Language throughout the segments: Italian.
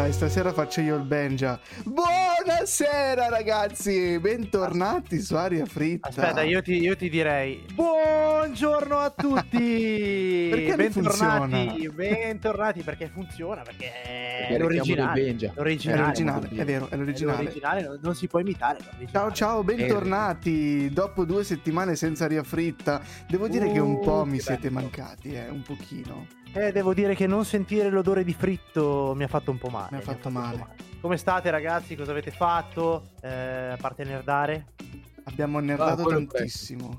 Dai, stasera faccio io il Benja. Buonasera ragazzi, bentornati su Aria Fritta. Aspetta, io ti direi buongiorno a tutti. Perché bentornati perché funziona, perché è l'originale. È l'originale, è vero, è l'originale. Non si può imitare. Ciao, bentornati. Dopo 2 settimane senza Aria Fritta, devo dire che un po' mi siete mancati, un pochino. Devo dire che non sentire l'odore di fritto mi ha fatto un po' male. Mi ha fatto male. Come state ragazzi? Cosa avete fatto? A parte nerdare? Abbiamo nerdato tantissimo.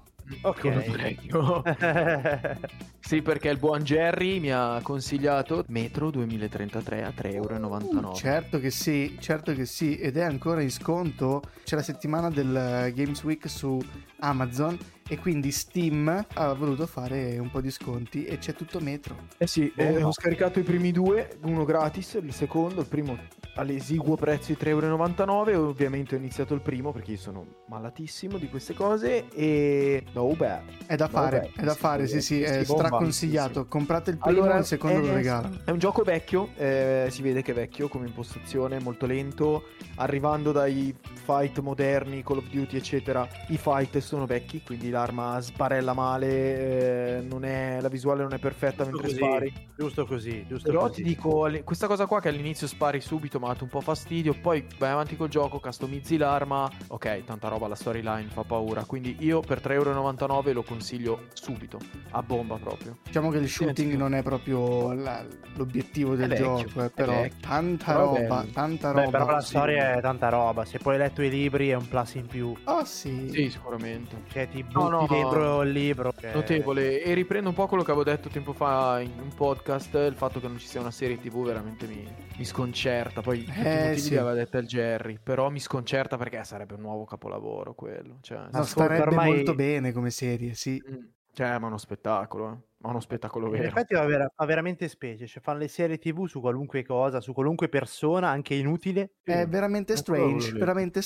Ok. Sì, perché il buon Jerry mi ha consigliato Metro 2033 a €3,99. Certo che sì, ed è ancora in sconto. C'è la settimana del Games Week su Amazon e quindi Steam ha voluto fare un po' di sconti e c'è tutto Metro. Ho scaricato i primi 2, uno gratis, il secondo, il primo all'esiguo prezzo di €3,99. Ovviamente ho iniziato il primo perché io sono malatissimo di queste cose e È da fare, sì, è straconsigliato. Comprate il primo e il secondo lo regalano. È un gioco vecchio, si vede che è vecchio come impostazione, molto lento, arrivando dai fight moderni, Call of Duty eccetera. I fight sono vecchi, quindi l'arma sbarella male, la visuale non è perfetta mentre spari. Giusto così. Però ti dico, questa cosa qua che all'inizio spari subito mi ha dato un po' fastidio, poi vai avanti col gioco, customizzi l'arma, ok, tanta roba, la storyline fa paura, quindi io per €3,99 lo consiglio subito, a bomba proprio. Diciamo che il shooting non è proprio l'obiettivo del gioco, però tanta roba. Però la storia è tanta roba, se poi hai letto i libri è un plus in più. Oh sì. Sì, sicuramente. Cioè ti butti dentro il libro. Notevole, e riprendo un po' quello che avevo detto tempo fa in un podcast, il fatto che non ci sia una serie TV veramente mi sconcerta, poi tutti i motivi li aveva detto il Jerry, però mi sconcerta perché sarebbe un nuovo capolavoro quello, cioè, starebbe molto bene come serie, sì. Cioè, ma uno spettacolo, ma uno spettacolo vero. In effetti fa veramente specie, cioè fanno le serie TV su qualunque cosa, su qualunque persona, anche inutile. È veramente strange,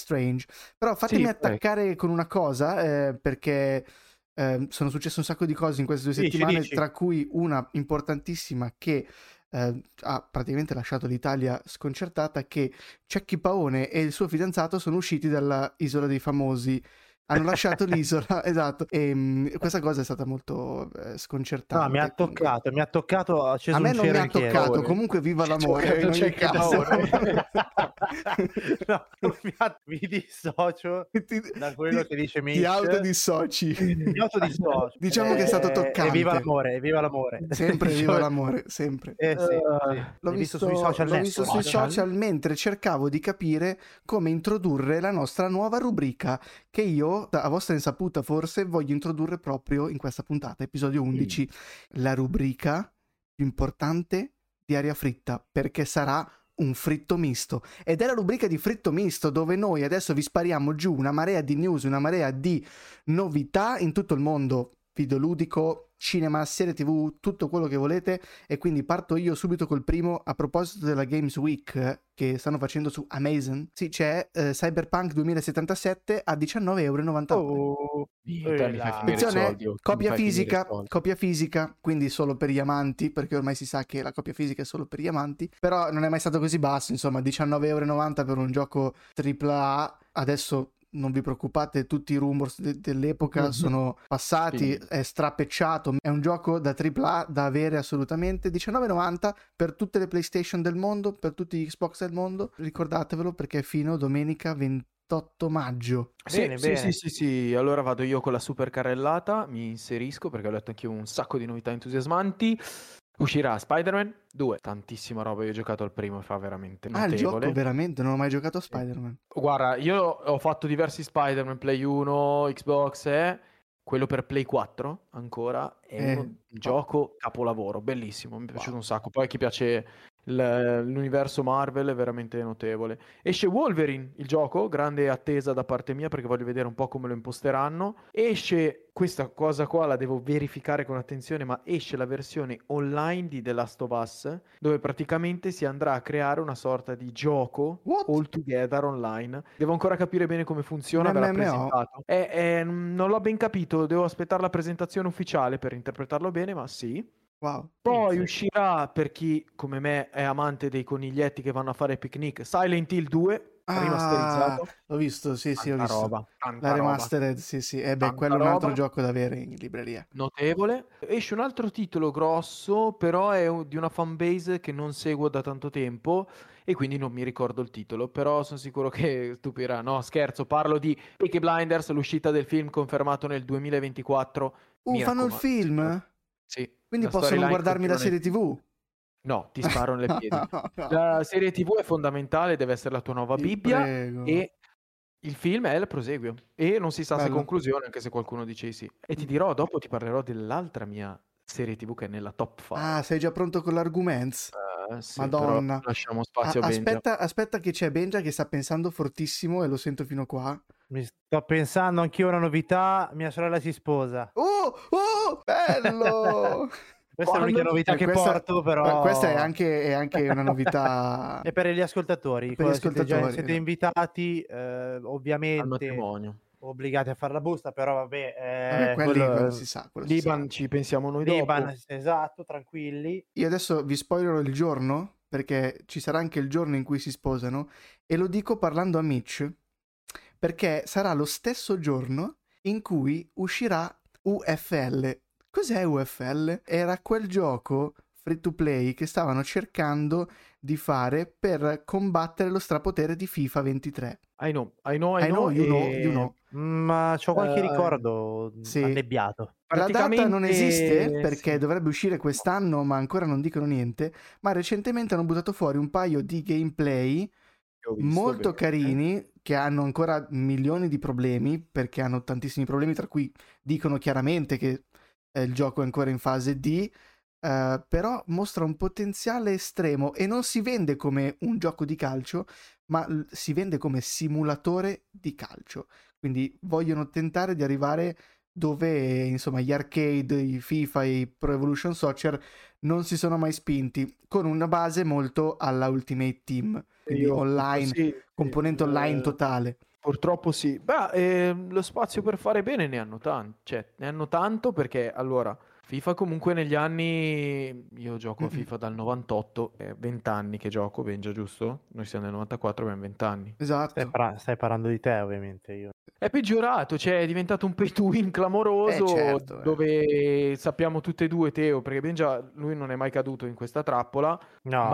Però fatemi attaccare con una cosa, perché sono successe un sacco di cose in queste 2 settimane, tra cui una importantissima che ha praticamente lasciato l'Italia sconcertata, che Cecchi Paone e il suo fidanzato sono usciti dalla Isola dei Famosi. Hanno lasciato l'isola, esatto, e questa cosa è stata molto sconcertante. No, mi ha toccato, ha acceso a me un non mi ha cerchiere. toccato, comunque viva l'amore, in ogni caso. No, mi dissocio da quello che dice Mitch. Ti autodissoci. Diciamo che è stato toccante. Viva l'amore. Sempre viva l'amore, sempre. Sì. L'ho visto sui social mentre cercavo di capire come introdurre la nostra nuova rubrica che io, a vostra insaputa forse, voglio introdurre proprio in questa puntata, episodio 11, la rubrica più importante di Aria Fritta, perché sarà un fritto misto. Ed è la rubrica di fritto misto dove noi adesso vi spariamo giù una marea di news, una marea di novità in tutto il mondo videoludico, cinema, serie TV, tutto quello che volete, e quindi parto io subito col primo. A proposito della Games Week che stanno facendo su Amazon, sì, c'è Cyberpunk 2077 a €19,99. Attenzione, copia fisica, quindi solo per gli amanti, perché ormai si sa che la copia fisica è solo per gli amanti, però non è mai stato così basso, insomma, €19,90 per un gioco AAA. Adesso non vi preoccupate, tutti i rumors dell'epoca sono passati, è strapecciato, è un gioco da AAA da avere assolutamente. €19,90 per tutte le PlayStation del mondo, per tutti gli Xbox del mondo, ricordatevelo perché è fino domenica 28 maggio. Bene. Sì, allora vado io con la super carrellata, mi inserisco perché ho letto anche un sacco di novità entusiasmanti. Uscirà Spider-Man 2, tantissima roba, io ho giocato al primo e fa veramente notevole. Il gioco veramente, non ho mai giocato a Spider-Man. Guarda, io ho fatto diversi Spider-Man, Play 1, Xbox, quello per Play 4 ancora, è un gioco capolavoro, bellissimo, mi è piaciuto un sacco. Poi a chi piace l'universo Marvel è veramente notevole. Esce Wolverine, il gioco, grande attesa da parte mia perché voglio vedere un po' come lo imposteranno. Esce, questa cosa qua la devo verificare con attenzione, ma esce la versione online di The Last of Us, dove praticamente si andrà a creare una sorta di gioco all together online. Devo ancora capire bene come funziona, verrà presentato. Non l'ho ben capito, devo aspettare la presentazione ufficiale per interpretarlo bene, ma sì. Wow. Poi uscirà, per chi come me è amante dei coniglietti che vanno a fare picnic, Silent Hill 2 rimasterizzato. L'ho visto, sì, ho Tanta visto. roba, La tanta roba, remastered, sì. tanta Quello è un altro roba. gioco da avere in libreria. Notevole. Esce un altro titolo grosso, però è di una fanbase che non seguo da tanto tempo e quindi non mi ricordo il titolo, però sono sicuro che stupirà. No, scherzo, parlo di Peaky Blinders, l'uscita del film confermato nel 2024. Fanno il Miracolo, signore. film? Sì, Quindi la posso non storyline guardarmi la continua nel serie film. TV? No, ti sparano nelle piedi. No. La serie TV è fondamentale, deve essere la tua nuova Ti Bibbia prego. e il film è il proseguio. E non si sa se Bello. conclusione, anche se qualcuno dice di sì. E ti dirò, dopo ti parlerò dell'altra mia serie TV che è nella top 5. Ah, sei già pronto con l'arguments? Sì, Madonna. però lasciamo spazio a Benja. Aspetta che c'è Benja che sta pensando fortissimo e lo sento fino qua. Mi sto pensando anch'io a una novità, mia sorella si sposa. Oh, bello! Questa è l'unica novità che porto, però... Questa è anche una novità... E per gli ascoltatori, Per gli ascoltatori, siete esatto. invitati, Al ovviamente matrimonio. obbligati a fare la busta, però vabbè, Vabbè, quello si sa. L'Iban ci pensiamo noi dopo. Liban, esatto, tranquilli. Io adesso vi spoilerò il giorno, perché ci sarà anche il giorno in cui si sposano, e lo dico parlando a Mitch, perché sarà lo stesso giorno in cui uscirà UFL. Cos'è UFL? Era quel gioco free to play che stavano cercando di fare per combattere lo strapotere di FIFA 23. I know, you know. Ma c'ho qualche ricordo sì. annebbiato. La data non esiste perché sì, dovrebbe uscire quest'anno, ma ancora non dicono niente. Ma recentemente hanno buttato fuori un paio di gameplay molto carini che hanno ancora milioni di problemi, perché hanno tantissimi problemi, tra cui dicono chiaramente che il gioco è ancora in fase D, però mostra un potenziale estremo e non si vende come un gioco di calcio, ma si vende come simulatore di calcio. Quindi vogliono tentare di arrivare dove, insomma, gli arcade, i FIFA e i Pro Evolution Soccer non si sono mai spinti, con una base molto alla Ultimate Team, quindi online, componente online totale. Purtroppo sì. Beh, lo spazio per fare bene ne hanno tanto, cioè ne hanno tanto perché allora FIFA comunque negli anni, io gioco a FIFA dal 98, è 20 anni che gioco, Benja, giusto? Noi siamo nel 94, abbiamo 20 anni. Esatto. Stai parlando di te, ovviamente. Io. È peggiorato, cioè è diventato un pay to win clamoroso, certo, dove sappiamo tutte e due, Teo, perché Benja, lui non è mai caduto in questa trappola, No.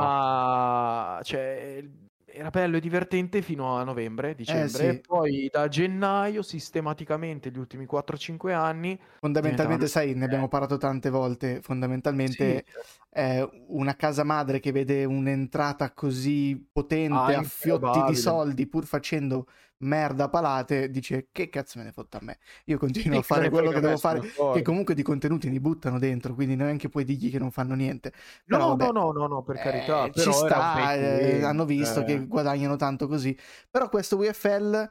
ma cioè, era bello e divertente fino a novembre, dicembre, sì. e poi da gennaio sistematicamente gli ultimi 4-5 anni fondamentalmente, sai, ne abbiamo parlato tante volte, fondamentalmente sì. Una casa madre che vede un'entrata così potente a fiotti di soldi pur facendo merda a palate, dice che cazzo me ne fotta a me, io continuo a fare quello che devo fare, che comunque di contenuti ne buttano dentro, quindi neanche puoi dirgli che non fanno niente. Però, no, per carità, ci però sta, hanno visto che guadagnano tanto così, però questo UFL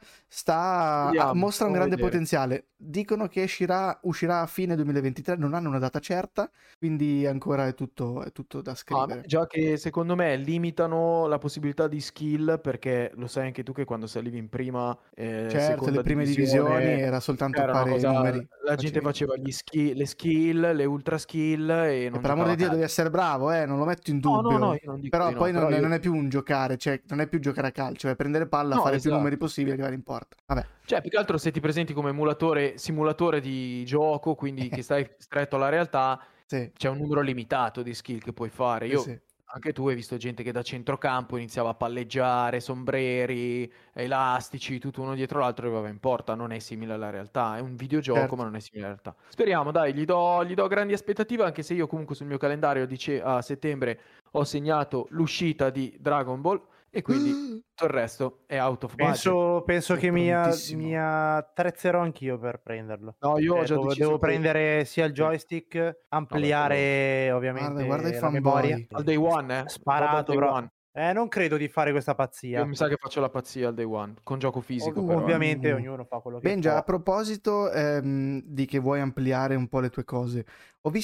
mostra un grande potenziale. Dicono che uscirà a fine 2023, non hanno una data certa, quindi ancora è tutto da scrivere. Già che secondo me limitano la possibilità di skill, perché lo sai anche tu che quando salivi in prima certo, le prime divisioni era soltanto fare i numeri. La gente faceva le skill, le ultra skill e non per amor di Dio devi essere bravo, non lo metto in dubbio. No, io non dico però poi però non è più un giocare, cioè non è più giocare a calcio, è prendere palla, fare più numeri possibili e arrivare in porta. Vabbè. Cioè, più che altro se ti presenti come simulatore di gioco, quindi che stai stretto alla realtà, c'è un numero limitato di skill che puoi fare. Anche tu hai visto gente che da centrocampo iniziava a palleggiare, sombreri, elastici, tutto uno dietro l'altro e arrivava in porta. Non è simile alla realtà, è un videogioco, ma non è simile alla realtà. Speriamo, dai, gli do grandi aspettative, anche se io comunque sul mio calendario a settembre ho segnato l'uscita di Dragon Ball e quindi tutto il resto è out of budget. Penso che mi attrezzerò anch'io per prenderlo. No, io ho già deciso devo prendere sia il joystick, ampliare ovviamente guarda i la memoria. Al day one, sparato, però. Non credo di fare questa pazzia. Io mi sa che faccio la pazzia al day one, con gioco fisico però. Ovviamente ognuno fa quello che Benja, può. a proposito di che vuoi ampliare un po' le tue cose, ho visto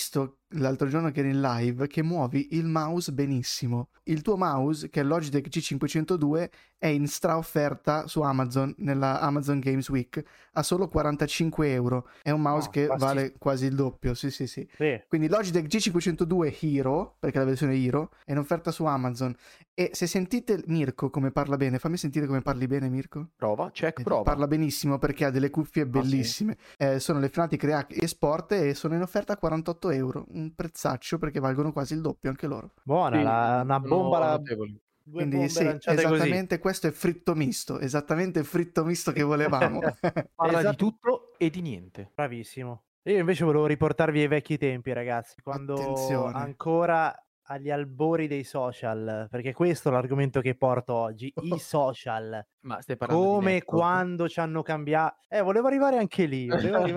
l'altro giorno che eri in live che muovi il mouse benissimo. Il tuo mouse, che è il Logitech G502, è in straofferta su Amazon, nella Amazon Games Week, a solo 45 euro. È un mouse che vale quasi il doppio, sì. Quindi Logitech G502 Hero, perché la versione Hero, è in offerta su Amazon. E se sentite Mirko come parla bene, fammi sentire come parli bene, Mirko. Prova. Parla benissimo perché ha delle cuffie bellissime. Sì. Sono le Fnatic React e Sport e sono in offerta a 48 euro. Un prezzaccio perché valgono quasi il doppio anche loro. Buona, una bomba. Quindi sì, esattamente così. Questo è fritto misto, esattamente il fritto misto che volevamo. Parla di tutto e di niente. Bravissimo. Io invece volevo riportarvi ai vecchi tempi, ragazzi, quando ancora agli albori dei social, perché questo è l'argomento che porto oggi, i social. Ma stai parlando come di quando ci hanno cambiato. Volevo arrivare anche lì,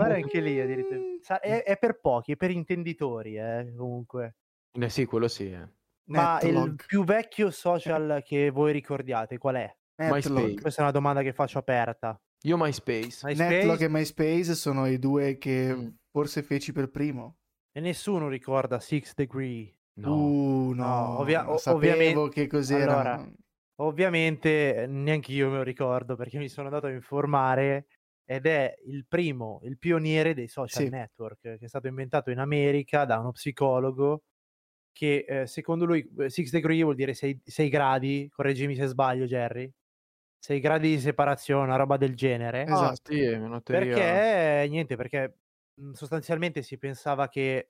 è per pochi, è per intenditori, comunque. Sì, quello sì. Ma il più vecchio social che voi ricordiate qual è? MySpace. Questa è una domanda che faccio aperta. Io MySpace. Netlog e MySpace sono i due che forse feci per primo. E nessuno ricorda Six Degree. No, sapevo che cos'era. Allora, ovviamente neanche io me lo ricordo perché mi sono andato a informare ed è il pioniere dei social network, che è stato inventato in America da uno psicologo che secondo lui 6 degree vuol dire 6 gradi, correggimi se sbaglio Jerry, 6 gradi di separazione, una roba del genere. Esatto. Sì, è una teoria. Perché sostanzialmente si pensava che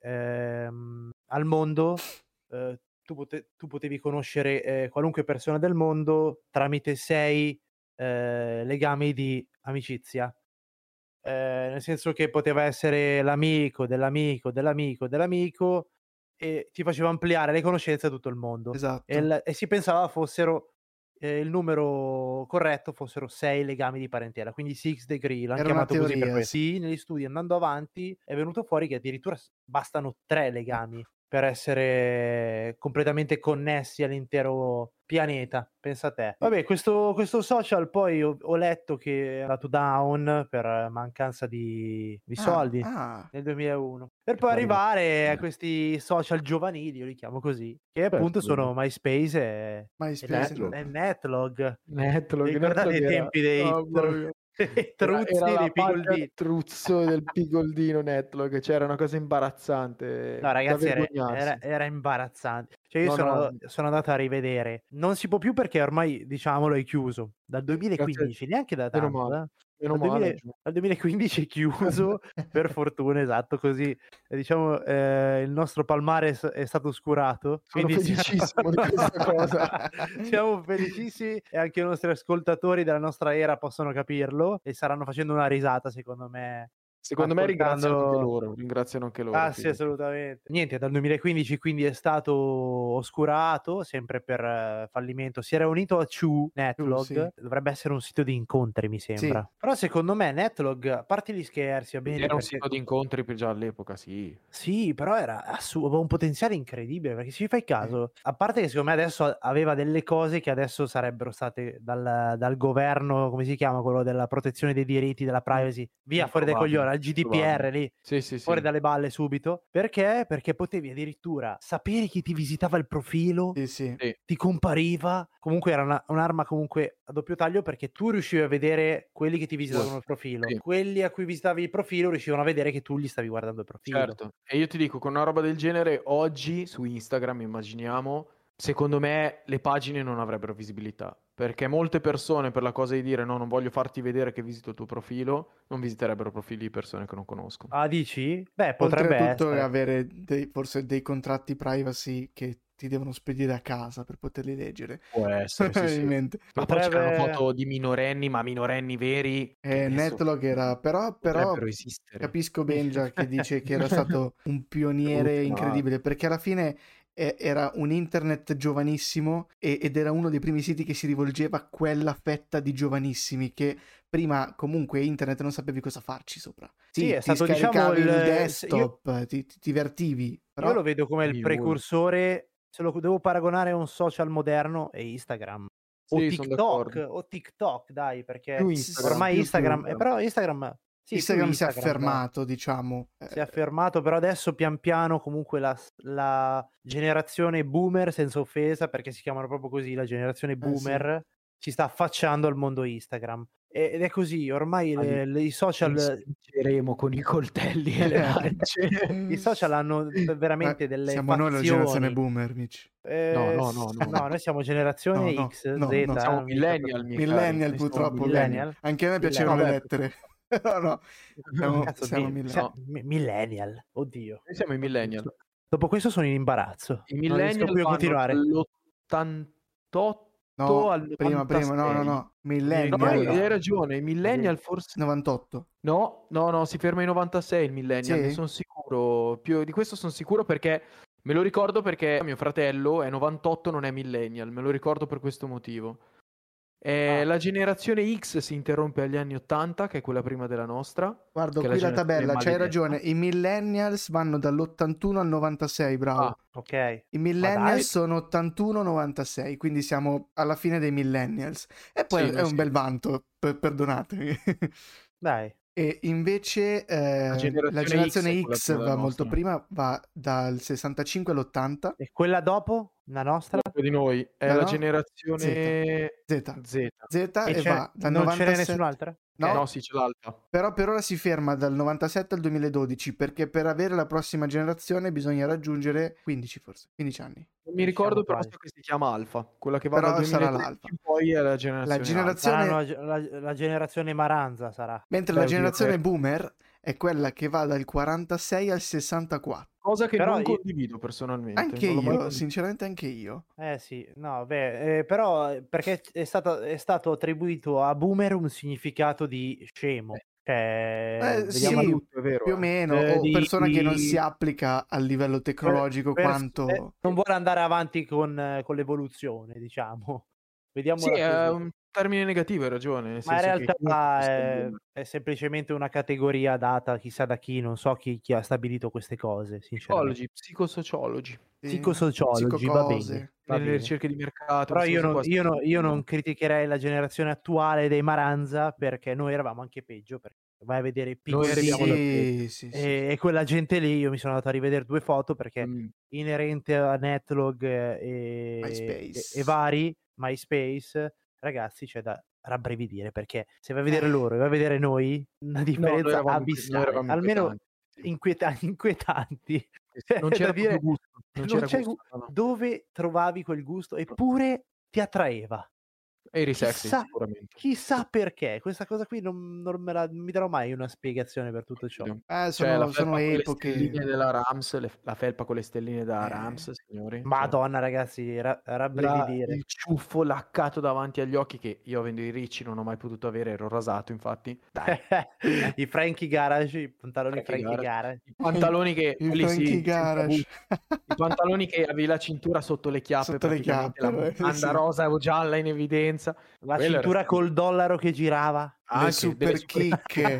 al mondo tu potevi conoscere qualunque persona del mondo tramite 6 legami di amicizia. Nel senso che poteva essere l'amico dell'amico dell'amico dell'amico e ti faceva ampliare le conoscenze a tutto il mondo. Esatto. E si pensava fossero il numero corretto fossero 6 legami di parentela, quindi 6 degree, l'hanno chiamato così per questo. Sì, negli studi andando avanti è venuto fuori che addirittura bastano 3 legami per essere completamente connessi all'intero pianeta, pensa a te. Vabbè, questo social poi ho letto che è andato down per mancanza di soldi nel 2001. Per poi arrivare a questi social giovanili, io li chiamo così, che appunto sono MySpace e Netlog. Ricordate i tempi dei truzzi dei pigoldini. Truzzo del pigoldino Netlog, c'era una cosa imbarazzante. No ragazzi, era imbarazzante. Cioè io sono andato a rivedere. Non si può più perché ormai, diciamolo, è chiuso. Dal 2015, neanche da tanto. Dal 2015 è chiuso, per fortuna, esatto, così diciamo il nostro palmares è stato oscurato. Sono felicissimo di questa cosa. Siamo felicissimi e anche i nostri ascoltatori della nostra era possono capirlo e staranno facendo una risata, secondo me. Secondo me ringraziano anche loro. Ah sì, assolutamente. Niente, dal 2015 quindi è stato oscurato, sempre per fallimento. Si era unito a Chew, Netlog. Dovrebbe essere un sito di incontri, mi sembra. Sì. Però secondo me Netlog, a parte gli scherzi, va bene. Era un sito di incontri già all'epoca, sì. Sì, però aveva un potenziale incredibile, perché se ci fai caso, a parte che secondo me adesso aveva delle cose che adesso sarebbero state dal governo, come si chiama, quello della protezione dei diritti, della privacy, via fuori dai coglioni, al GDPR lì, fuori dalle balle subito. Perché? Perché potevi addirittura sapere chi ti visitava il profilo, ti compariva, comunque era un'arma comunque a doppio taglio, perché tu riuscivi a vedere quelli che ti visitavano il profilo, quelli a cui visitavi il profilo riuscivano a vedere che tu gli stavi guardando il profilo. Certo, e io ti dico, con una roba del genere oggi su Instagram, immaginiamo, secondo me le pagine non avrebbero visibilità, perché molte persone, per la cosa di dire no, non voglio farti vedere che visito il tuo profilo, non visiterebbero profili di persone che non conosco. Ah, dici? Beh, potrebbe oltretutto avere forse dei contratti privacy che ti devono spedire a casa per poterli leggere. Può essere, sì. Ma poi c'erano foto di minorenni, ma minorenni veri. Netlog era, però capisco Benja che dice che era stato un pioniere incredibile, perché alla fine era un internet giovanissimo ed era uno dei primi siti che si rivolgeva a quella fetta di giovanissimi che prima comunque internet non sapevi cosa farci sopra. Sì, è stato, diciamo, il desktop, ti divertivi. Però io lo vedo come il precursore, se lo devo paragonare a un social moderno, è Instagram. O TikTok, dai, perché ormai Instagram, però Instagram Sì, Instagram si è Instagram, affermato, diciamo. si è affermato, però adesso pian piano comunque la generazione boomer, senza offesa, perché si chiamano proprio così, la generazione boomer, si sta affacciando al mondo Instagram. Ed è così, ormai i social... Spingeremo con i coltelli e le lance. I social hanno veramente delle siamo fazioni. Noi la generazione boomer, Mitch. No, noi siamo generazione X, Z. No, siamo millennial, millennial purtroppo. Millennial. Anche a me piacevano le lettere. No, siamo millennial. Oddio. Noi siamo i millennial. Dopo questo sono in imbarazzo. I millennial non riesco più a continuare. Dall'88 al 96. Prima, no. Millennial. No, hai ragione, i millennial forse... 98. No, si ferma ai 96 il millennial, ne sono sicuro. Più di questo sono sicuro perché... Me lo ricordo perché mio fratello è 98, non è millennial, me lo ricordo per questo motivo. La generazione X si interrompe agli anni 80, che è quella prima della nostra. Guarda, qui la tabella, c'hai ragione, i millennials vanno dall'81 al 96, bravo. Ok. I millennials sono 81-96, quindi siamo alla fine dei millennials. E poi è un bel vanto, perdonatemi. Dai. E invece la generazione X va molto prima, va dal 65 all'80. E quella dopo? La nostra? Dopo di noi è la generazione Z e va dal non 97... ce n'è nessun'altra? No, sì, c'è l'altra. Però per ora si ferma dal 97 al 2012, perché per avere la prossima generazione bisogna raggiungere 15 anni. Non mi ricordo, però so che si chiama Alfa, quella che va dal 2012 poi è la generazione la generazione Maranza sarà. Mentre la generazione Boomer è quella che va dal 46 al 64. Cosa che non condivido personalmente. Anche io, sinceramente anche io. Sì, no, però perché è stato attribuito a Boomer un significato di scemo. Sì, tutto, è vero, più o meno, o persona che non si applica al livello tecnologico quanto... non vuole andare avanti con l'evoluzione, diciamo. Vediamo. Sì, è un termine negativo, hai ragione. Ma in realtà è semplicemente una categoria data chissà da chi, non so chi ha stabilito queste cose, sinceramente. Psicosociologi, va bene. Nelle ricerche di mercato. Però io non criticherei la generazione attuale dei Maranza, perché noi eravamo anche peggio, perché vai a vedere i piccoli e quella gente lì, io mi sono andato a rivedere 2 foto perché inerente a Netlog e vari MySpace, ragazzi, c'è da rabbrividire, perché se vai a vedere loro e vai a vedere noi, una differenza abissale, almeno inquietanti. Non c'era da dire, gusto. Non c'era gusto, dove trovavi quel gusto, eppure ti attraeva. Eri sexy, sicuramente. Chissà perché, questa cosa qui non mi darò mai una spiegazione per tutto ciò. Sono epoche. Le stelline della Rams, la felpa con le stelline della Rams, signori. Madonna, ragazzi, rabbrividire. Il ciuffo laccato davanti agli occhi, che io avendo i ricci non ho mai potuto avere, ero rasato infatti. Dai. I Frankie Garage, i pantaloni Frankie Garage. I pantaloni che... Garage. I pantaloni che avevi la cintura sotto le chiappe, la banda rosa o gialla in evidenza. La cintura col dollaro che girava. Le super chicche.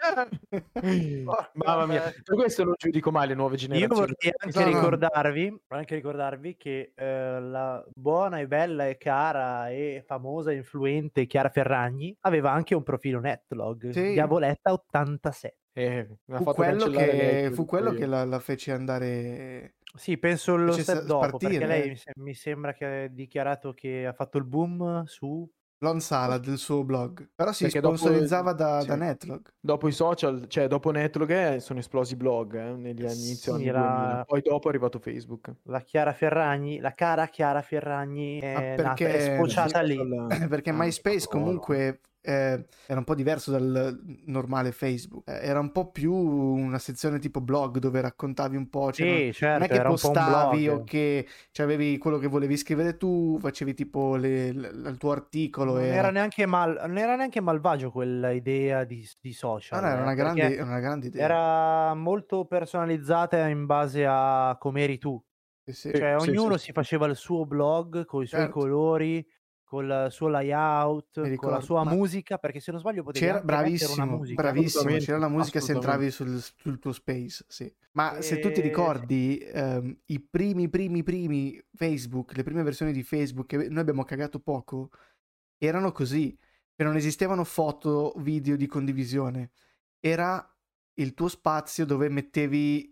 Mamma mia, per questo non giudico mai le nuove generazioni. Io vorrei anche ricordarvi che la buona e bella e cara e famosa influente Chiara Ferragni aveva anche un profilo Netlog, Diavoletta 87. Fu quello che la fece andare... Sì, penso lo step dopo, perché lei mi sembra che ha dichiarato che ha fatto il boom su Lon Salad, del suo blog, però si sponsorizzava da Netlog. Dopo i social, cioè dopo Netlog sono esplosi i blog negli inizio anni 2000. Poi dopo è arrivato Facebook. La cara Chiara Ferragni è sfociata lì. Perché MySpace comunque era un po' diverso dal normale Facebook, era un po' più una sezione tipo blog dove raccontavi un po', cioè non è che postavi o che avevi quello che volevi scrivere tu, facevi tipo il tuo articolo. Non era neanche malvagio quella idea di social. Era una grande idea. Era molto personalizzata in base a come eri tu. Cioè ognuno si faceva il suo blog con i suoi colori, col suo layout, con la sua musica, perché se non sbaglio potevi anche mettere una musica. Bravissimo, c'era la musica se entravi sul tuo space, Ma se tu ti ricordi i primi Facebook, le prime versioni di Facebook, che noi abbiamo cagato poco, erano così, che non esistevano foto, video di condivisione. era il tuo spazio dove mettevi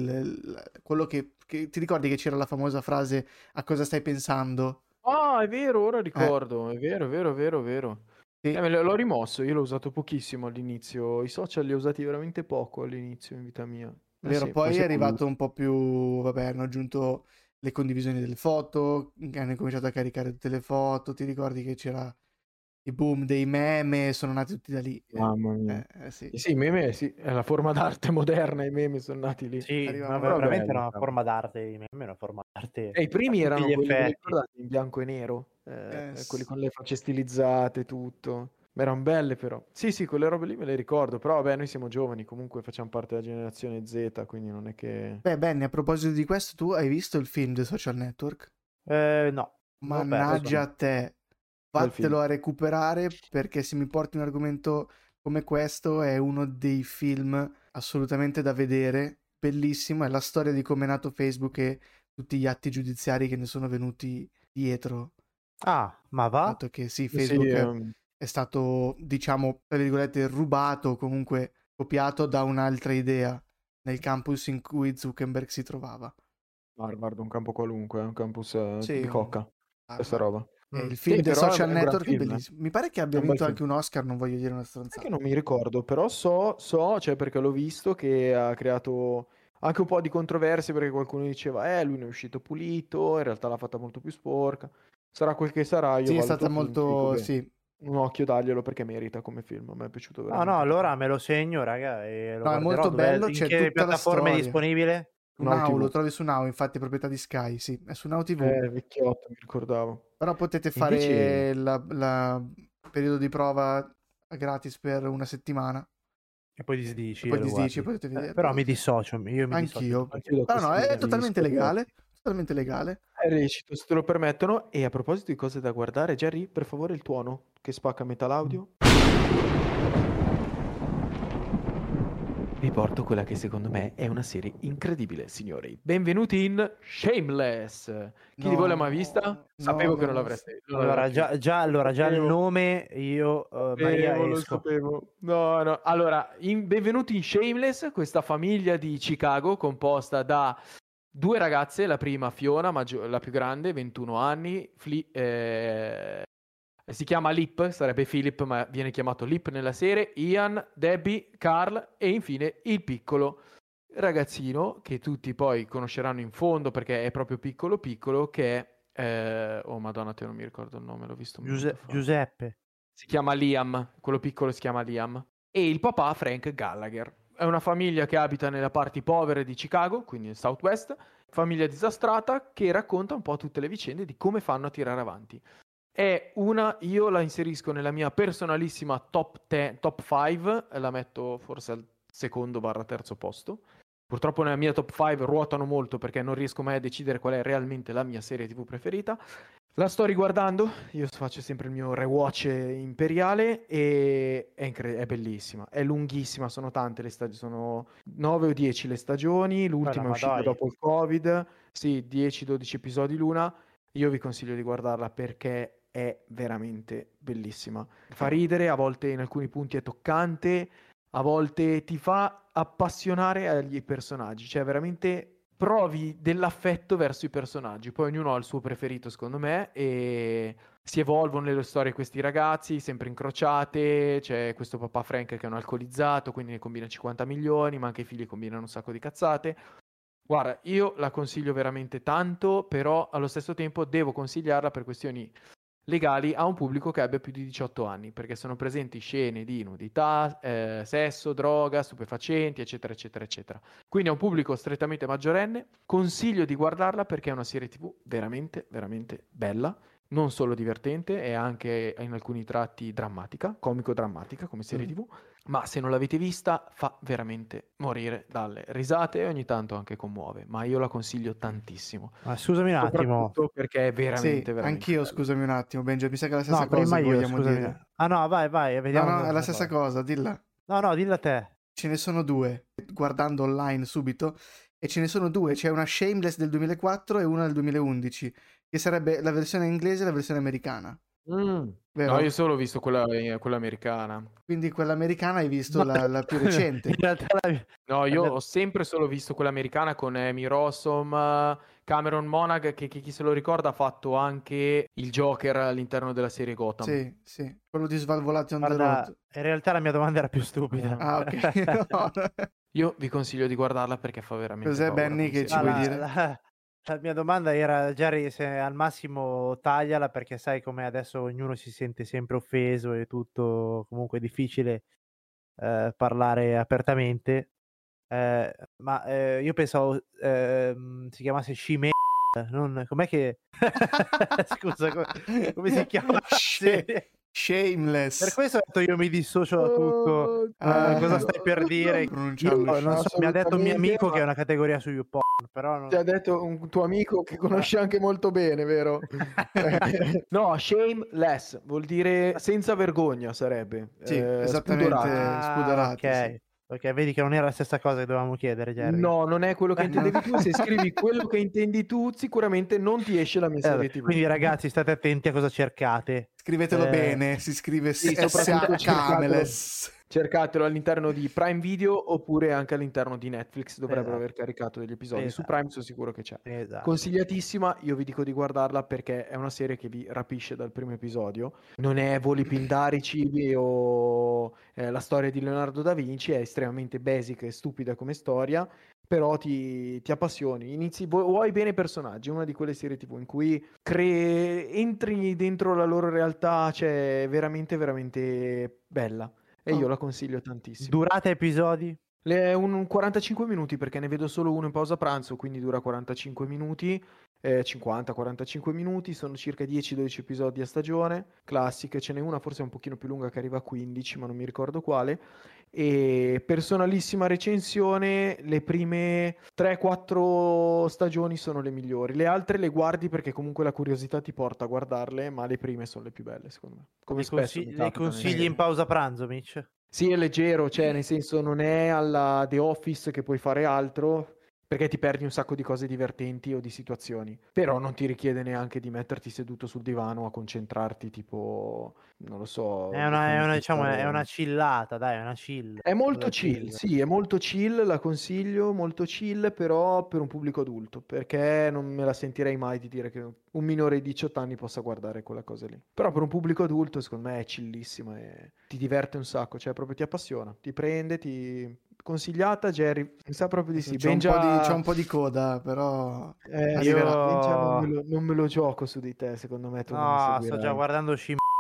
quello che ti ricordi che c'era la famosa frase a cosa stai pensando? Ah, è vero, ora ricordo, è vero, è vero, è vero, è vero. Sì. L'ho rimosso, io l'ho usato pochissimo all'inizio, i social li ho usati veramente poco all'inizio in vita mia. Vero, Sì, poi è siamo arrivato un po' più, vabbè, hanno aggiunto le condivisioni delle foto, hanno cominciato a caricare tutte le foto, ti ricordi che c'era i boom dei meme, sono nati tutti da lì. Mamma mia. Sì. Sì, i meme sì, è la forma d'arte moderna, i meme sono nati lì. Sì, Arrivavano ma però veramente bello, era una cavolo. forma d'arte, i meme è una forma d'arte I a primi tutti erano gli quelli, ve li effetti. ricordate, in bianco e nero, quelli Sì. con le facce stilizzate, tutto. Ma erano belle però. Sì, sì, quelle robe lì me le ricordo, però vabbè, noi siamo giovani, comunque facciamo parte della generazione Z, quindi non è che... Beh, Benny, a proposito di questo, tu hai visto il film The Social Network? No, l'ho Mannaggia perso. a te, Bel film. vattelo a recuperare, perché se mi porti un argomento come questo è uno dei film assolutamente da vedere, bellissimo, è la storia di come è nato Facebook e tutti gli atti giudiziari che ne sono venuti dietro. Ah, ma Il va? fatto che sì, Sì, Facebook è stato, diciamo, tra virgolette, rubato, comunque copiato da un'altra idea nel campus in cui Zuckerberg si trovava. Harvard, un campo qualunque, un campus Sì, di coca, questa Harvard. roba. Il Sì, film The però Social è un gran Network è film, bellissimo. Mi pare che È abbia un bel vinto film. anche un Oscar, non voglio dire una Sai che stronzata. non mi ricordo, però so, cioè perché l'ho visto che ha creato anche un po' di controversie perché qualcuno diceva, lui non è uscito pulito, in realtà l'ha fatta molto più sporca. Sarà quel che sarà, io Sì, è valuto stata il film, ti dico molto... che sì. un occhio daglielo perché merita come film, a me è piaciuto No, veramente allora tanto. me lo segno, raga, e lo No, è guarderò. molto bello, In c'è che tutta la piattaforma è storia. disponibile? Su Now Now, lo TV. trovi su Now, infatti è proprietà di Sky, sì, è su Now TV. Vecchiotto, mi ricordavo. Però potete Invece, fare la periodo di prova gratis per una settimana E poi e disdici poi e lo disdici, guardi. potete vederlo. Però mi dissocio, io mi dissocio. Anch'io. anche io lo Però no, è consiglio, totalmente capisco. legale, totalmente legale. È lecito, se te lo permettono. E a proposito di cose da guardare, Jerry, per favore il tuono, che spacca a metà l'audio. Vi porto quella che secondo me è una serie incredibile, signori. Benvenuti in Shameless. Chi di voi l'ha mai vista? Sapevo che non l'avreste. Allora, già il nome, io, Maria, Lo esco. sapevo. No. Allora, benvenuti in Shameless, questa famiglia di Chicago composta da due ragazze, la prima Fiona, la più grande, 21 anni, si chiama Lip, sarebbe Philip, ma viene chiamato Lip nella serie, Ian, Debbie, Carl e infine il piccolo ragazzino che tutti poi conosceranno in fondo perché è proprio piccolo, che è... oh madonna, te non mi ricordo il nome, l'ho visto un minuto fa. Giuseppe. Si chiama Liam, quello piccolo si chiama Liam. E il papà Frank Gallagher. È una famiglia che abita nelle parti povere di Chicago, quindi nel Southwest, famiglia disastrata che racconta un po' tutte le vicende di come fanno a tirare avanti. Io la inserisco nella mia personalissima top 5, la metto forse al secondo/terzo posto. Purtroppo nella mia top 5 ruotano molto perché non riesco mai a decidere qual è realmente la mia serie TV preferita. La sto riguardando, io faccio sempre il mio rewatch imperiale e è bellissima, è lunghissima, sono tante le stagioni, sono 9 o 10 le stagioni, l'ultima è uscita dopo il Covid, sì, 10-12 episodi l'una, io vi consiglio di guardarla perché è veramente bellissima. Fa ridere, a volte in alcuni punti è toccante, a volte ti fa appassionare agli personaggi, cioè veramente provi dell'affetto verso i personaggi. Poi ognuno ha il suo preferito, secondo me, e si evolvono le storie di questi ragazzi, sempre incrociate. C'è questo papà Frank che è un alcolizzato, quindi ne combina 50 milioni, ma anche i figli combinano un sacco di cazzate. Guarda, io la consiglio veramente tanto, però allo stesso tempo devo consigliarla per questioni legali a un pubblico che abbia più di 18 anni, perché sono presenti scene di nudità, sesso, droga, stupefacenti, eccetera, eccetera, eccetera. Quindi è un pubblico strettamente maggiorenne. Consiglio di guardarla perché è una serie TV veramente, veramente bella, non solo divertente, è anche in alcuni tratti drammatica, comico-drammatica come serie TV. Ma se non l'avete vista fa veramente morire dalle risate e ogni tanto anche commuove, ma io la consiglio tantissimo. Ma scusami un attimo. Soprattutto perché è veramente, Sì, veramente anch'io, bella. scusami un attimo, Benji, mi sa che è la stessa No, cosa prima che io, vogliamo scusami. dire. Ah no, vai, vediamo. No, è la stessa cosa, dilla. No, dilla te. Ce ne sono due, guardando online subito, e ce ne sono due, c'è una Shameless del 2004 e una del 2011, che sarebbe la versione inglese e la versione americana. Vero? No, io solo ho visto quella americana. Quindi quella americana hai visto la più recente? In realtà No, io ho sempre solo visto quella americana con Amy Rossum, Cameron Monaghan, che chi se lo ricorda ha fatto anche il Joker all'interno della serie Gotham. Sì, quello di Svalvolati on the Guarda, Road. in realtà la mia domanda era più stupida. Ah, ok. No. Io vi consiglio di guardarla perché fa veramente Cos'è, paura Benny, come che ci serie. vuoi dire? La mia domanda era, Jerry, se al massimo tagliala, perché sai come adesso ognuno si sente sempre offeso e tutto, comunque è difficile parlare apertamente. Ma io pensavo si chiamasse Shime, non, com'è che scusa, come si chiama la serie? Shameless. Per questo ho detto io mi dissocio da tutto. Cosa stai per dire? Io, non so, mi ha detto un mio amico che è una categoria su YouPorn, però non... Ti ha detto un tuo amico che conosci anche molto bene, vero? No, shameless vuol dire senza vergogna, sarebbe. Sì, esattamente, spudorati. Ok. Sì. Ok, vedi che non era la stessa cosa che dovevamo chiedere, Jerry. No, non è quello che intendevi tu. Se scrivi quello che intendi tu, sicuramente non ti esce la mia serie TV. Quindi ragazzi, state attenti a cosa cercate. Scrivetelo bene, si scrive soprattutto Cameless. Cercatelo all'interno di Prime Video oppure anche all'interno di Netflix, dovrebbero aver caricato degli episodi. Su Prime sono sicuro che c'è. Consigliatissima, io vi dico di guardarla perché è una serie che vi rapisce dal primo episodio. Non è voli pindarici o la storia di Leonardo da Vinci, è estremamente basic e stupida come storia, però ti appassioni, vuoi bene i personaggi, è una di quelle serie TV in cui entri dentro la loro realtà, cioè veramente veramente bella. E io la consiglio tantissimo. Durata episodi? Un 45 minuti, perché ne vedo solo uno in pausa pranzo, quindi dura 45 minuti, 50-45 minuti, sono circa 10-12 episodi a stagione, classiche, ce n'è una forse un pochino più lunga che arriva a 15, ma non mi ricordo quale. E personalissima recensione, le prime 3-4 stagioni sono le migliori, le altre le guardi perché comunque la curiosità ti porta a guardarle, ma le prime sono le più belle secondo me. Come le consigli in pausa pranzo, Mitch? Sì, è leggero, cioè nel senso non è alla The Office che puoi fare altro, perché ti perdi un sacco di cose divertenti o di situazioni, però non ti richiede neanche di metterti seduto sul divano a concentrarti, tipo, non lo so. È una chillata, dai, è una chill. È molto chill, sì, è molto chill, la consiglio, molto chill, però per un pubblico adulto, perché non me la sentirei mai di dire che un minore di 18 anni possa guardare quella cosa lì. Però per un pubblico adulto, secondo me, è chillissima e ti diverte un sacco, cioè proprio ti appassiona, ti prende, consigliata, Jerry, mi sa proprio di sì. C'è un po' di coda, però io non me lo gioco su di te, secondo me tu non mi sto già guardando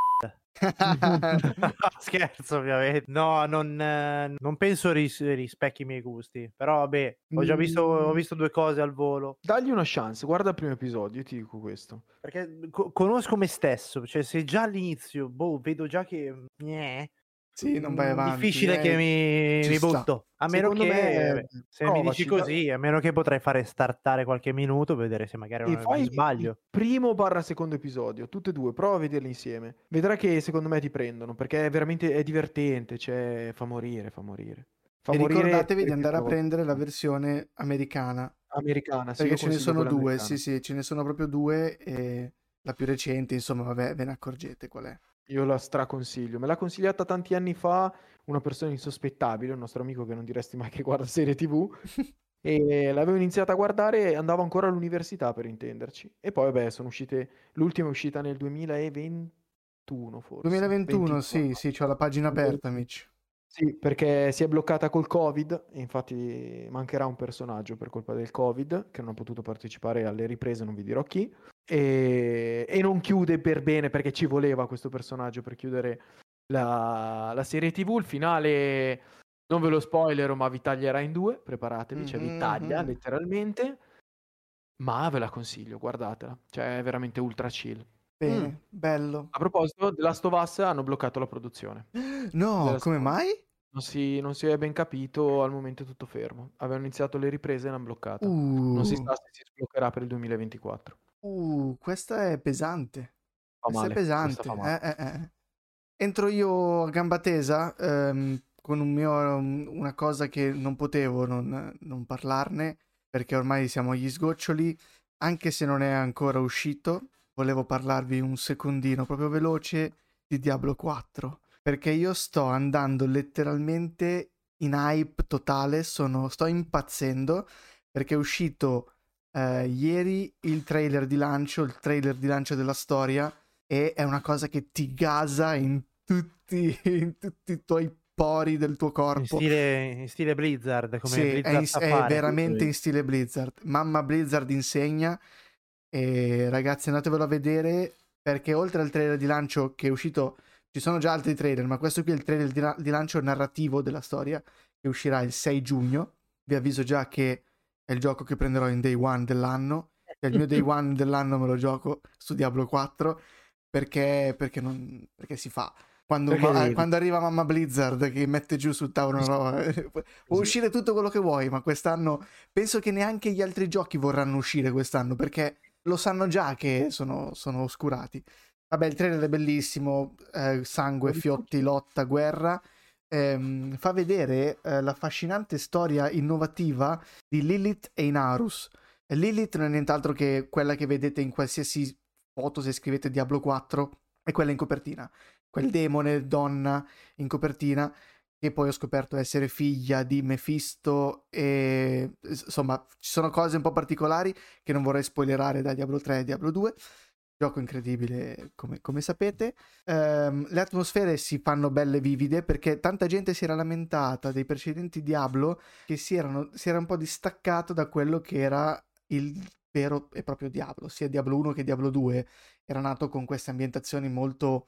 scherzo, ovviamente. No, non penso rispecchi i miei gusti, però vabbè, ho visto due cose al volo. Dagli una chance, guarda il primo episodio, io ti dico questo. Perché conosco me stesso, cioè se già all'inizio vedo già che sì, non vai avanti. Difficile che mi butto. A meno che se mi dici così, a meno che potrei fare startare qualche minuto, vedere se magari non sbaglio. Primo / secondo episodio, tutte e due, prova a vederli insieme. Vedrai che secondo me ti prendono, perché è divertente, cioè fa morire. E ricordatevi di andare a prendere la versione americana. Perché ce ne sono due, sì, ce ne sono proprio due e la più recente, insomma, vabbè, ve ne accorgete qual è. Io la straconsiglio. Me l'ha consigliata tanti anni fa una persona insospettabile, un nostro amico che non diresti mai che guarda serie TV, e l'avevo iniziata a guardare e andavo ancora all'università, per intenderci. E poi, vabbè, l'ultima è uscita nel 2021, forse. 2021, sì, c'ho la pagina aperta, Mitch. Sì, perché si è bloccata col Covid, e infatti mancherà un personaggio per colpa del Covid, che non ha potuto partecipare alle riprese, non vi dirò chi. E non chiude per bene perché ci voleva questo personaggio per chiudere la serie TV. Il finale non ve lo spoilerò, ma vi taglierà in due, preparatevi, cioè vi taglia letteralmente, ma ve la consiglio, guardatela, cioè è veramente ultra chill. Bene, bello. A proposito, The Last of Us hanno bloccato la produzione. No, come mai? Non si è ben capito, al momento è tutto fermo. Avevano iniziato le riprese e l'hanno bloccata. Non si sa se si sbloccherà per il 2024. Questa è pesante. Questa è pesante. Entro io a gamba tesa con una cosa che non potevo non parlarne, perché ormai siamo agli sgoccioli, anche se non è ancora uscito. volevo parlarvi un secondino proprio veloce di Diablo 4, perché io sto andando letteralmente in hype totale, sto impazzendo, perché è uscito ieri il trailer di lancio della storia, e è una cosa che ti gasa in tutti i tuoi pori del tuo corpo. In stile Blizzard, come sì, Blizzard è veramente in stile Blizzard. Mamma Blizzard insegna, e ragazzi andatevelo a vedere, perché oltre al trailer di lancio che è uscito, ci sono già altri trailer, ma questo qui è il trailer di lancio narrativo della storia, che uscirà il 6 giugno. Vi avviso già che è il gioco che prenderò in day one dell'anno, e il mio day one dell'anno me lo gioco su Diablo 4, perché si fa. Quando arriva Mamma Blizzard che mette giù sul tavolo una roba, può uscire tutto quello che vuoi, ma quest'anno penso che neanche gli altri giochi vorranno uscire quest'anno, perché lo sanno già che sono oscurati. Vabbè, il trailer è bellissimo, sangue, fiotti, lotta, guerra. Fa vedere l'affascinante storia innovativa di Lilith e Inarus. Lilith non è nient'altro che quella che vedete in qualsiasi foto se scrivete Diablo 4, è quella in copertina, quel demone donna in copertina, che poi ho scoperto essere figlia di Mephisto, e insomma ci sono cose un po' particolari che non vorrei spoilerare da Diablo 3 e Diablo 2. Gioco incredibile, come sapete. Le atmosfere si fanno belle vivide, perché tanta gente si era lamentata dei precedenti Diablo, che si era un po' distaccato da quello che era il vero e proprio Diablo. Sia Diablo 1 che Diablo 2 era nato con queste ambientazioni molto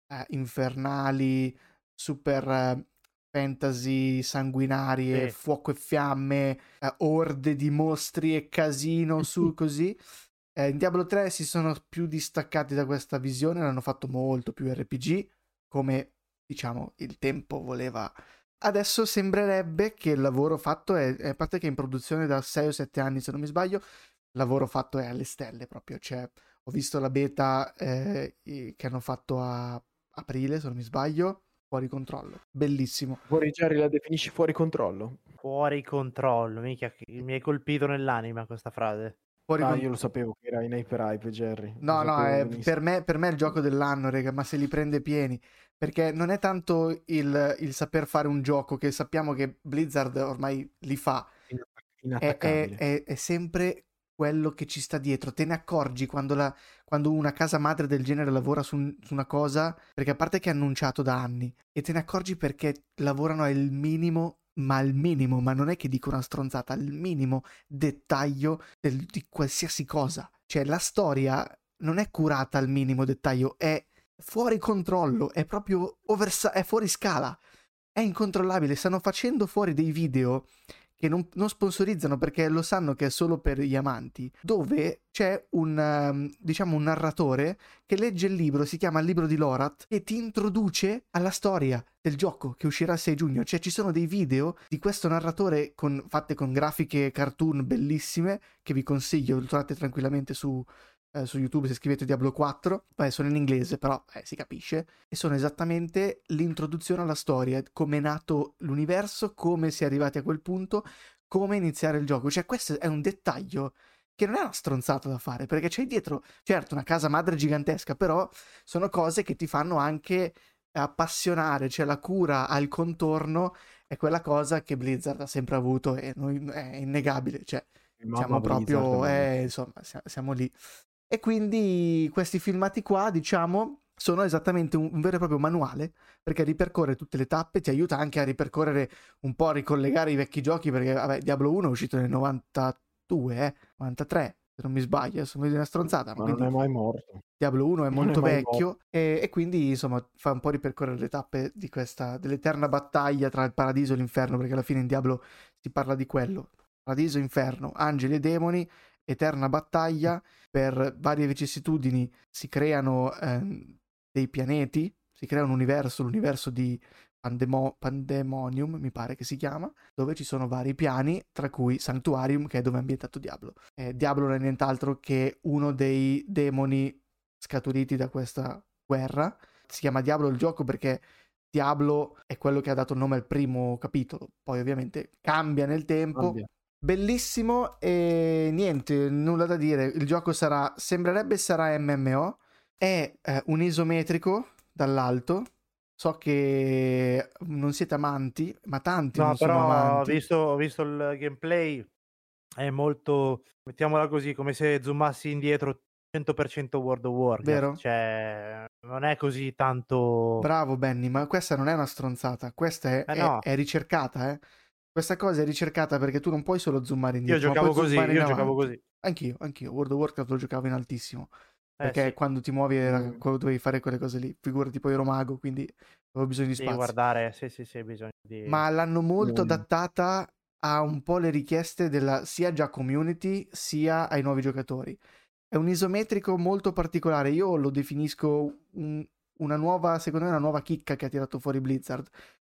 infernali, super fantasy, sanguinarie, fuoco e fiamme, orde di mostri e casino su così. In Diablo 3 si sono più distaccati da questa visione, l'hanno fatto molto più RPG, come diciamo il tempo voleva. Adesso sembrerebbe che il lavoro fatto a parte che è in produzione da 6 o 7 anni se non mi sbaglio, il lavoro fatto è alle stelle proprio, cioè ho visto la beta che hanno fatto a aprile se non mi sbaglio, fuori controllo, bellissimo. Jerry, la definisci fuori controllo? Fuori controllo, minchia, mi hai colpito nell'anima questa frase. Io lo sapevo che era in hype, Jerry. No, per me è il gioco dell'anno, raga, ma se li prende pieni. Perché non è tanto il saper fare un gioco, che sappiamo che Blizzard ormai li fa. Inattaccabile. È sempre quello che ci sta dietro. Te ne accorgi quando una casa madre del genere lavora su una cosa, perché a parte che è annunciato da anni, e te ne accorgi perché lavorano al minimo, ma non è che dico una stronzata, al minimo dettaglio di qualsiasi cosa. Cioè la storia non è curata al minimo dettaglio, è fuori controllo, è proprio è fuori scala, è incontrollabile. Stanno facendo fuori dei video che non sponsorizzano, perché lo sanno che è solo per gli amanti, dove c'è un narratore che legge il libro, si chiama Il libro di Lorath, e ti introduce alla storia del gioco che uscirà il 6 giugno. Cioè ci sono dei video di questo narratore fatte con grafiche cartoon bellissime, che vi consiglio, lo trovate tranquillamente su YouTube se scrivete Diablo 4. Beh, sono in inglese, però si capisce, e sono esattamente l'introduzione alla storia, come è nato l'universo, come si è arrivati a quel punto, come iniziare il gioco. Cioè questo è un dettaglio che non è una stronzata da fare, perché c'è dietro, certo, una casa madre gigantesca, però sono cose che ti fanno anche appassionare. Cioè la cura al contorno è quella cosa che Blizzard ha sempre avuto, e noi è innegabile, cioè siamo proprio insomma siamo lì. E quindi questi filmati qua, diciamo, sono esattamente un vero e proprio manuale, perché ripercorre tutte le tappe, ti aiuta anche a ripercorrere un po', a ricollegare i vecchi giochi, perché vabbè, Diablo 1 è uscito nel 92, 93, se non mi sbaglio, adesso mi viene una stronzata. Ma non è mai morto. Diablo 1 è molto vecchio, e quindi insomma fa un po' ripercorrere le tappe dell'eterna battaglia tra il paradiso e l'inferno, perché alla fine in Diablo si parla di quello. Paradiso, inferno, angeli e demoni, eterna battaglia. Per varie vicissitudini si creano dei pianeti, si crea un universo, l'universo di Pandemonium mi pare che si chiama, dove ci sono vari piani, tra cui Sanctuarium, che è dove è ambientato Diablo. Diablo non è nient'altro che uno dei demoni scaturiti da questa guerra. Si chiama Diablo il gioco perché Diablo è quello che ha dato nome al primo capitolo, poi ovviamente cambia nel tempo. Bellissimo e niente, nulla da dire. Il gioco sembrerebbe sarà MMO, è un isometrico dall'alto. So che non siete amanti, ma tanti non sono amanti. Ho visto il gameplay, è molto, mettiamola così, come se zoomassi indietro 100% World of Warcraft. Vero? Cioè, non è così tanto... Bravo Benny, ma questa non è una stronzata, questa no. è ricercata, eh. Questa cosa è ricercata perché tu non puoi solo zoomare indietro, Io giocavo così, giocavo così. Anch'io, World of Warcraft lo giocavo in altissimo. Perché sì. quando ti muovi dovevi fare quelle cose lì. Figurati, poi ero mago, quindi avevo bisogno di spazio. Devi guardare, sì, bisogno di... Ma l'hanno molto adattata a un po' le richieste della sia già community sia ai nuovi giocatori. È un isometrico molto particolare. Io lo definisco una nuova, secondo me, una nuova chicca che ha tirato fuori Blizzard.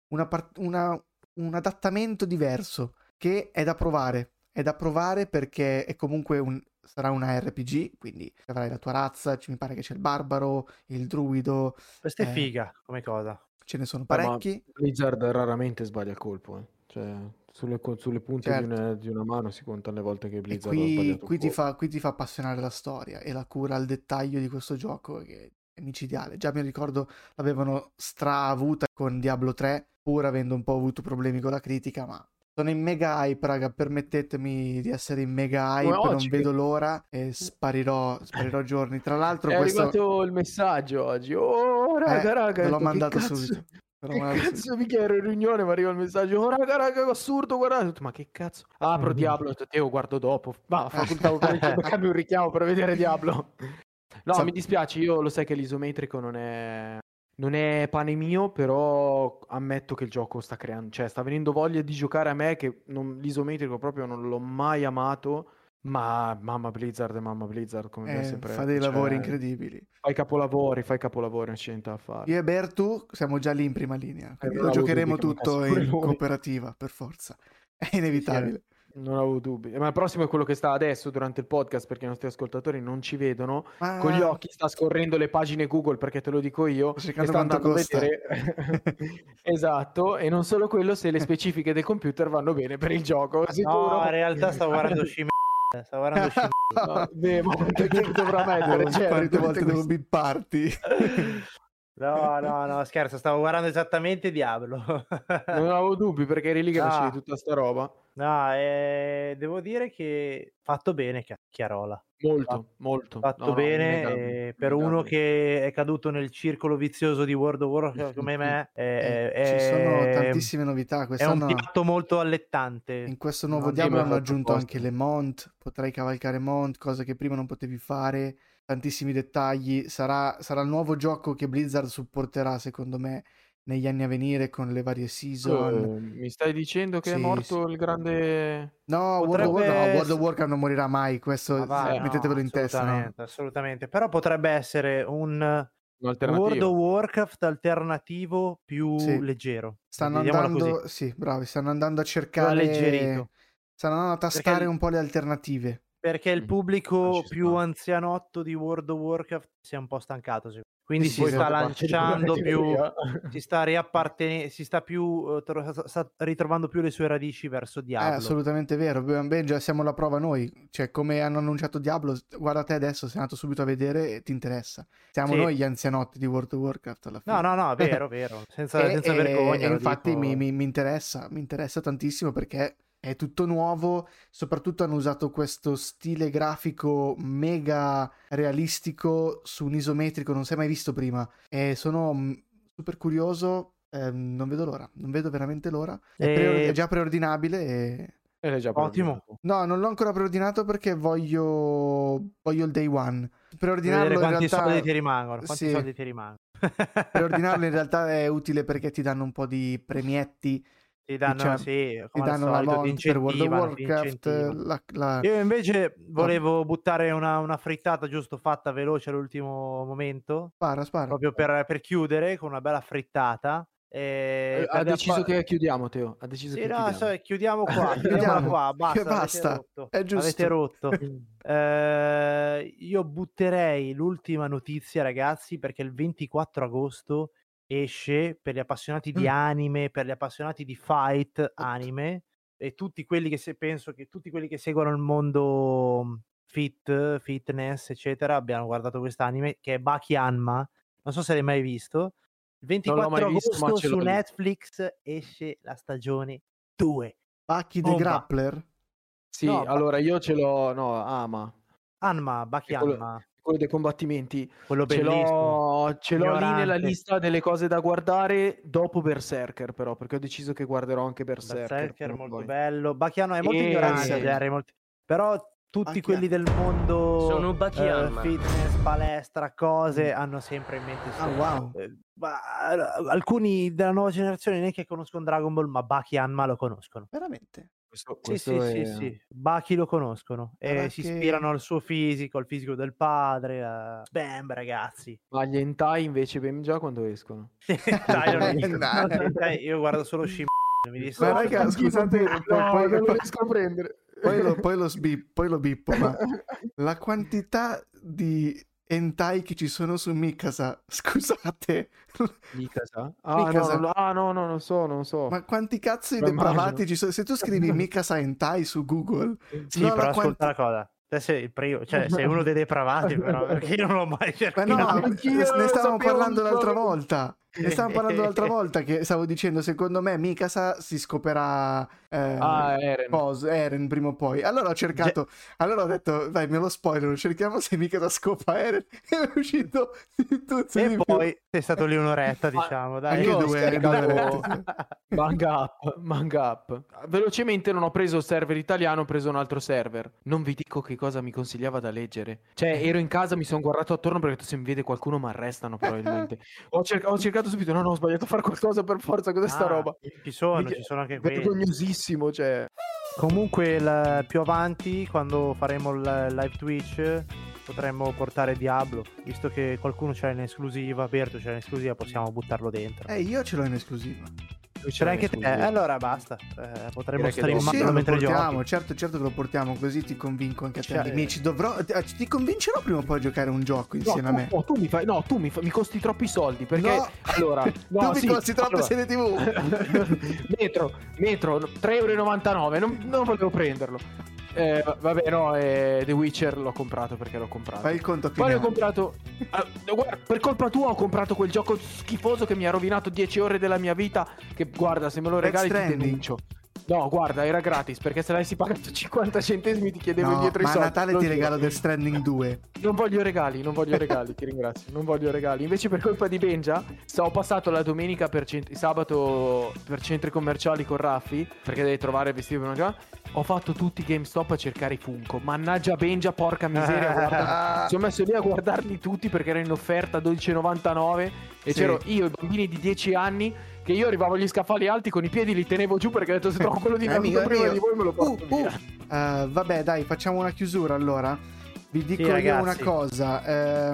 Un adattamento diverso che è da provare. È da provare perché è comunque sarà una RPG, quindi avrai la tua razza, mi pare che c'è il barbaro, il druido. Questa è figa come cosa. Ce ne sono parecchi. Ma Blizzard raramente sbaglia il colpo, Cioè, sulle punte certo. di una mano si contano le volte che Blizzard e ha sbagliato qui ti fa appassionare la storia e la cura al dettaglio di questo gioco che è micidiale. Già mi ricordo l'avevano avuta con Diablo 3, pur avendo un po' avuto problemi con la critica, ma sono in mega hype, raga, permettetemi di essere in mega hype, non vedo l'ora e sparirò giorni. Tra l'altro è arrivato il messaggio oggi. Oh, raga, te l'ho mandato subito. Che cazzo, mica ero in riunione, ma arriva il messaggio. Oh, raga, che assurdo, guardate. Ma che cazzo? Apro Diablo, Teo, guardo dopo. Ma facoltavo cambio un richiamo per vedere Diablo. No, mi dispiace, io lo sai che l'isometrico non è pane mio, però ammetto che il gioco sta creando, cioè sta venendo voglia di giocare a me, che l'isometrico proprio non l'ho mai amato. Ma mamma Blizzard, come mi ha sempre fa dei lavori incredibili. Fai capolavori, non c'è niente da fare. Io e Bertu siamo già lì in prima linea, quindi lo giocheremo tutto in cooperativa, per forza. È inevitabile. Non avevo dubbi. Ma il prossimo è quello che sta adesso durante il podcast, perché i nostri ascoltatori non ci vedono. Con gli occhi sta scorrendo le pagine Google, perché te lo dico io, e sta andando a vedere. Esatto, e non solo quello, se le specifiche del computer vanno bene per il gioco. No, in realtà stavo guardando che dovrà mettere? Quante volte devo bipparti? No, scherzo, stavo guardando esattamente Diablo. Non avevo dubbi perché eri lì che facevi tutta sta roba. No, devo dire che fatto bene Chiarola. Molto. Fatto bene, per uno che è caduto nel circolo vizioso di World of Warcraft come me. Ci sono tantissime novità. Quest'anno è un piatto molto allettante. In questo nuovo Diablo hanno aggiunto anche le Mont, potrai cavalcare Mont, cosa che prima non potevi fare. Tantissimi dettagli. Sarà il nuovo gioco che Blizzard supporterà, secondo me, negli anni a venire con le varie season. Mi stai dicendo che è morto il grande... No, World of Warcraft non morirà mai, questo mettetevelo in testa. Assolutamente, però potrebbe essere un World of Warcraft alternativo più leggero. Stanno andando a cercare... alleggerito. Stanno andando a tastare un po' le alternative. Perché il pubblico più anzianotto di World of Warcraft si è un po' stancato, quindi si sta lanciando più, si sta ritrovando più le sue radici verso Diablo. È assolutamente vero, già siamo la prova noi, cioè come hanno annunciato Diablo, guarda te adesso, sei andato subito a vedere e ti interessa. Siamo noi gli anzianotti di World of Warcraft alla fine. No, vero, senza vergogna. E infatti mi interessa tantissimo perché è tutto nuovo, soprattutto hanno usato questo stile grafico mega realistico su un isometrico, non si è mai visto prima, e sono super curioso, non vedo veramente l'ora, è già preordinabile Ottimo. No, non l'ho ancora preordinato perché voglio il day one. Preordinarlo quanti soldi ti rimangono? Preordinarlo in realtà è utile perché ti danno un po' di premietti. Ti danno la Mont per World of Warcraft. Io invece volevo buttare una frittata giusto fatta veloce all'ultimo momento. Spara. Proprio per chiudere con una bella frittata. Ha deciso che chiudiamo, Teo. Ha deciso che chiudiamo qua. Chiudiamo qua. Basta. È giusto. Avete rotto. Io butterei l'ultima notizia, ragazzi, perché il 24 agosto esce per gli appassionati di anime, per gli appassionati di fight anime, e tutti quelli che penso che tutti quelli che seguono il mondo fitness eccetera abbiano guardato quest'anime, che è Baki Hanma. Non so se l'hai mai visto. Il 24 agosto su Netflix esce la stagione 2. Baki the Grappler? Sì, no, allora io ce l'ho, Hanma, Baki Hanma. Quello dei combattimenti. Quello bellissimo. Ce l'ho lì nella lista delle cose da guardare dopo Berserker, però, perché ho deciso che guarderò anche Berserker. Berserker molto bello. Baki Hanma è molto ignorante, però tutti quelli del mondo sono fitness, palestra, cose hanno sempre in mente alcuni della nuova generazione neanche conoscono Dragon Ball, ma Baki Hanma lo conoscono veramente. Sì. Baki lo conoscono e si ispirano al suo fisico, al fisico del padre. Bam, ragazzi. Ma gli hentai invece ben già quando escono? Io guardo solo Shin. Ma raga, scusate, poi non lo riesco a prendere. Poi lo bippo, ma la quantità di hentai che ci sono su Mikasa, scusate. Mikasa? No, non so. Ma quanti cazzo di depravati ci sono? Se tu scrivi Mikasa hentai su Google... Sì, però ascolta la cosa. Sei il primo, cioè sei uno dei depravati, però, perché io non l'ho mai cercato. Ma no, ne stavamo parlando l'altra volta. Che stavo dicendo, secondo me Mikasa si scoperà Eren prima o poi. Allora ho cercato, allora ho detto dai, me lo spoiler, cerchiamo se Mikasa scopa Eren e è uscito tutto e poi sei stato lì un'oretta, diciamo, dai. Anche due. Manga up. Velocemente non ho preso il server italiano, ho preso un altro server. Non vi dico che cosa mi consigliava da leggere. Cioè ero in casa, mi sono guardato attorno perché se mi vede qualcuno mi arrestano probabilmente. Ho cercato subito, no, ho sbagliato a fare qualcosa per forza, cos'è sta roba? Ci sono anche quelli. Vergognosissimo, cioè. Comunque più avanti, quando faremo il live Twitch, potremmo portare Diablo, visto che qualcuno ce l'ha in esclusiva. Berto ce l'ha in esclusiva, possiamo buttarlo dentro. Io ce l'ho in esclusiva. Ce l'hai anche te? Allora basta. Potremmo streamarlo mentre giochiamo. Certo che lo portiamo, così ti convinco anche a te. Ti convincerò prima o poi a giocare un gioco insieme a me. Mi costi troppi soldi, perché allora tu mi costi troppe serie TV. metro 3,99 €, non volevo prenderlo. Vabbè, no, The Witcher l'ho comprato perché l'ho comprato. Fai il conto poi ho comprato guarda, per colpa tua ho comprato quel gioco schifoso che mi ha rovinato 10 ore della mia vita, che guarda, se me lo regali ti denuncio. No, guarda, era gratis, perché se l'avessi pagato 50 centesimi ti chiedevo indietro i soldi. Ma a Natale ti regalo Death Stranding 2. Non voglio regali, ti ringrazio. Non voglio regali. Invece per colpa di Benja ho passato la domenica sabato per centri commerciali con Raffi, perché devi trovare vestiti per mangiare. Ho fatto tutti i GameStop a cercare i Funko. Mannaggia Benja, porca miseria, guarda. Sono messo lì a guardarli tutti perché erano in offerta a 12,99 e c'ero io, i bambini di 10 anni, che io arrivavo agli scaffali alti con i piedi, li tenevo giù perché ho detto se trovo quello di Naruto prima di voi me lo porto via. Vabbè, dai, facciamo una chiusura allora. Vi dico io una cosa.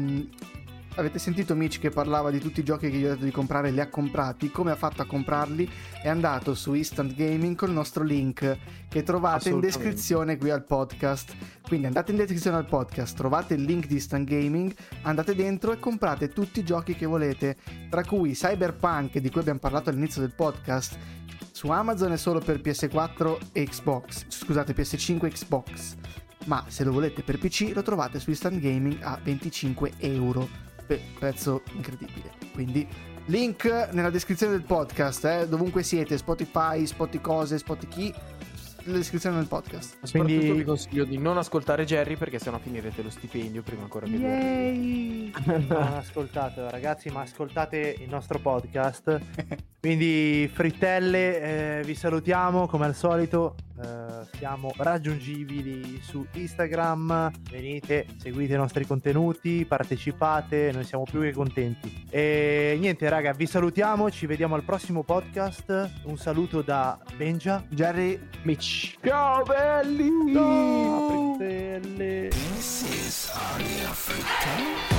Avete sentito Mitch che parlava di tutti i giochi che gli ho detto di comprare, li ha comprati. Come ha fatto a comprarli? È andato su Instant Gaming col nostro link che trovate in descrizione qui al podcast. Quindi andate in descrizione al podcast, trovate il link di Instant Gaming, andate dentro e comprate tutti i giochi che volete, tra cui Cyberpunk, di cui abbiamo parlato all'inizio del podcast. Su Amazon è solo per PS4 e Xbox, scusate, PS5 e Xbox, ma se lo volete per PC lo trovate su Instant Gaming a 25 €, prezzo incredibile. Quindi link nella descrizione del podcast, dovunque siete, Spotify, Spotify, la descrizione del podcast. Soprattutto vi consiglio di non ascoltare Jerry, perché sennò finirete lo stipendio prima ancora che non ascoltatelo ragazzi, ma ascoltate il nostro podcast. Quindi frittelle, vi salutiamo come al solito. Siamo raggiungibili su Instagram, venite, seguite i nostri contenuti, partecipate, noi siamo più che contenti. E niente raga, vi salutiamo, ci vediamo al prossimo podcast. Un saluto da Benja, Jerry, Mitch. Ciao belli! Ciao frittelle. This is Aria Frittelle.